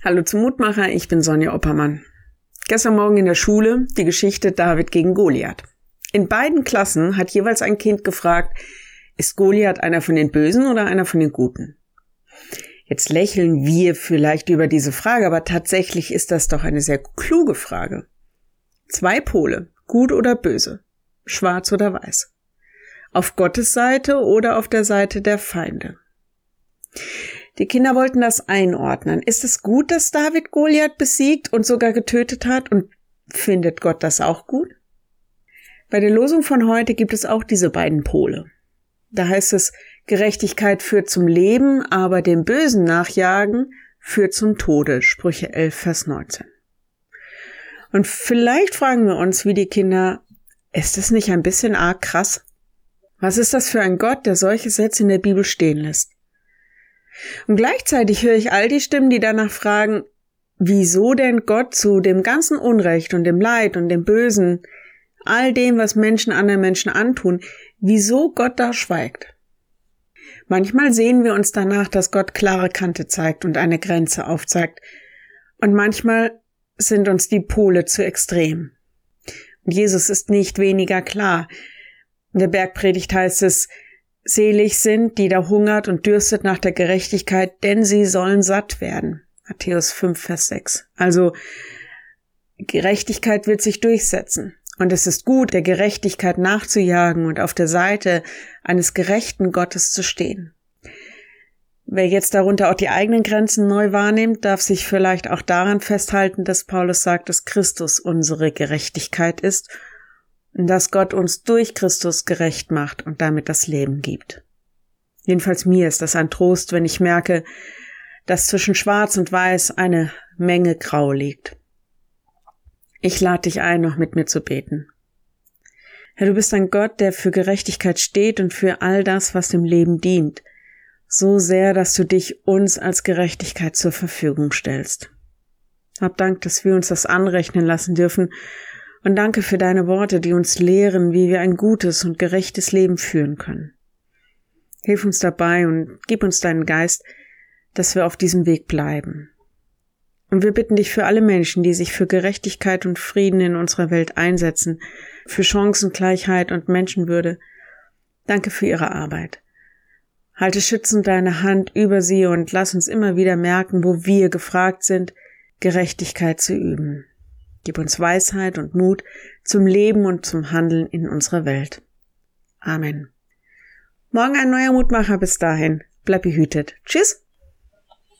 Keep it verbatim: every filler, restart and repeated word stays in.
Hallo zum Mutmacher, ich bin Sonja Oppermann. Gestern Morgen in der Schule die Geschichte David gegen Goliath. In beiden Klassen hat jeweils ein Kind gefragt, ist Goliath einer von den Bösen oder einer von den Guten? Jetzt lächeln wir vielleicht über diese Frage, aber tatsächlich ist das doch eine sehr kluge Frage. Zwei Pole, gut oder böse, schwarz oder weiß. Auf Gottes Seite oder auf der Seite der Feinde. Die Kinder wollten das einordnen. Ist es gut, dass David Goliath besiegt und sogar getötet hat? Und findet Gott das auch gut? Bei der Losung von heute gibt es auch diese beiden Pole. Da heißt es, Gerechtigkeit führt zum Leben, aber dem Bösen nachjagen führt zum Tode. Sprüche elf, Vers neunzehn. Und vielleicht fragen wir uns, wie die Kinder, ist es nicht ein bisschen arg krass? Was ist das für ein Gott, der solche Sätze in der Bibel stehen lässt? Und gleichzeitig höre ich all die Stimmen, die danach fragen, wieso denn Gott zu dem ganzen Unrecht und dem Leid und dem Bösen, all dem, was Menschen anderen Menschen antun, wieso Gott da schweigt. Manchmal sehen wir uns danach, dass Gott klare Kante zeigt und eine Grenze aufzeigt. Und manchmal sind uns die Pole zu extrem. Und Jesus ist nicht weniger klar. In der Bergpredigt heißt es, selig sind, die da hungert und dürstet nach der Gerechtigkeit, denn sie sollen satt werden. Matthäus fünf, Vers sechs. Also, Gerechtigkeit wird sich durchsetzen. Und es ist gut, der Gerechtigkeit nachzujagen und auf der Seite eines gerechten Gottes zu stehen. Wer jetzt darunter auch die eigenen Grenzen neu wahrnimmt, darf sich vielleicht auch daran festhalten, dass Paulus sagt, dass Christus unsere Gerechtigkeit ist und dass Gott uns durch Christus gerecht macht und damit das Leben gibt. Jedenfalls mir ist das ein Trost, wenn ich merke, dass zwischen Schwarz und Weiß eine Menge Grau liegt. Ich lade dich ein, noch mit mir zu beten. Herr, du bist ein Gott, der für Gerechtigkeit steht und für all das, was dem Leben dient, so sehr, dass du dich uns als Gerechtigkeit zur Verfügung stellst. Hab Dank, dass wir uns das anrechnen lassen dürfen, und danke für deine Worte, die uns lehren, wie wir ein gutes und gerechtes Leben führen können. Hilf uns dabei und gib uns deinen Geist, dass wir auf diesem Weg bleiben. Und wir bitten dich für alle Menschen, die sich für Gerechtigkeit und Frieden in unserer Welt einsetzen, für Chancengleichheit und Menschenwürde. Danke für ihre Arbeit. Halte schützend deine Hand über sie und lass uns immer wieder merken, wo wir gefragt sind, Gerechtigkeit zu üben. Gib uns Weisheit und Mut zum Leben und zum Handeln in unserer Welt. Amen. Morgen ein neuer Mutmacher. Bis dahin. Bleib behütet. Tschüss.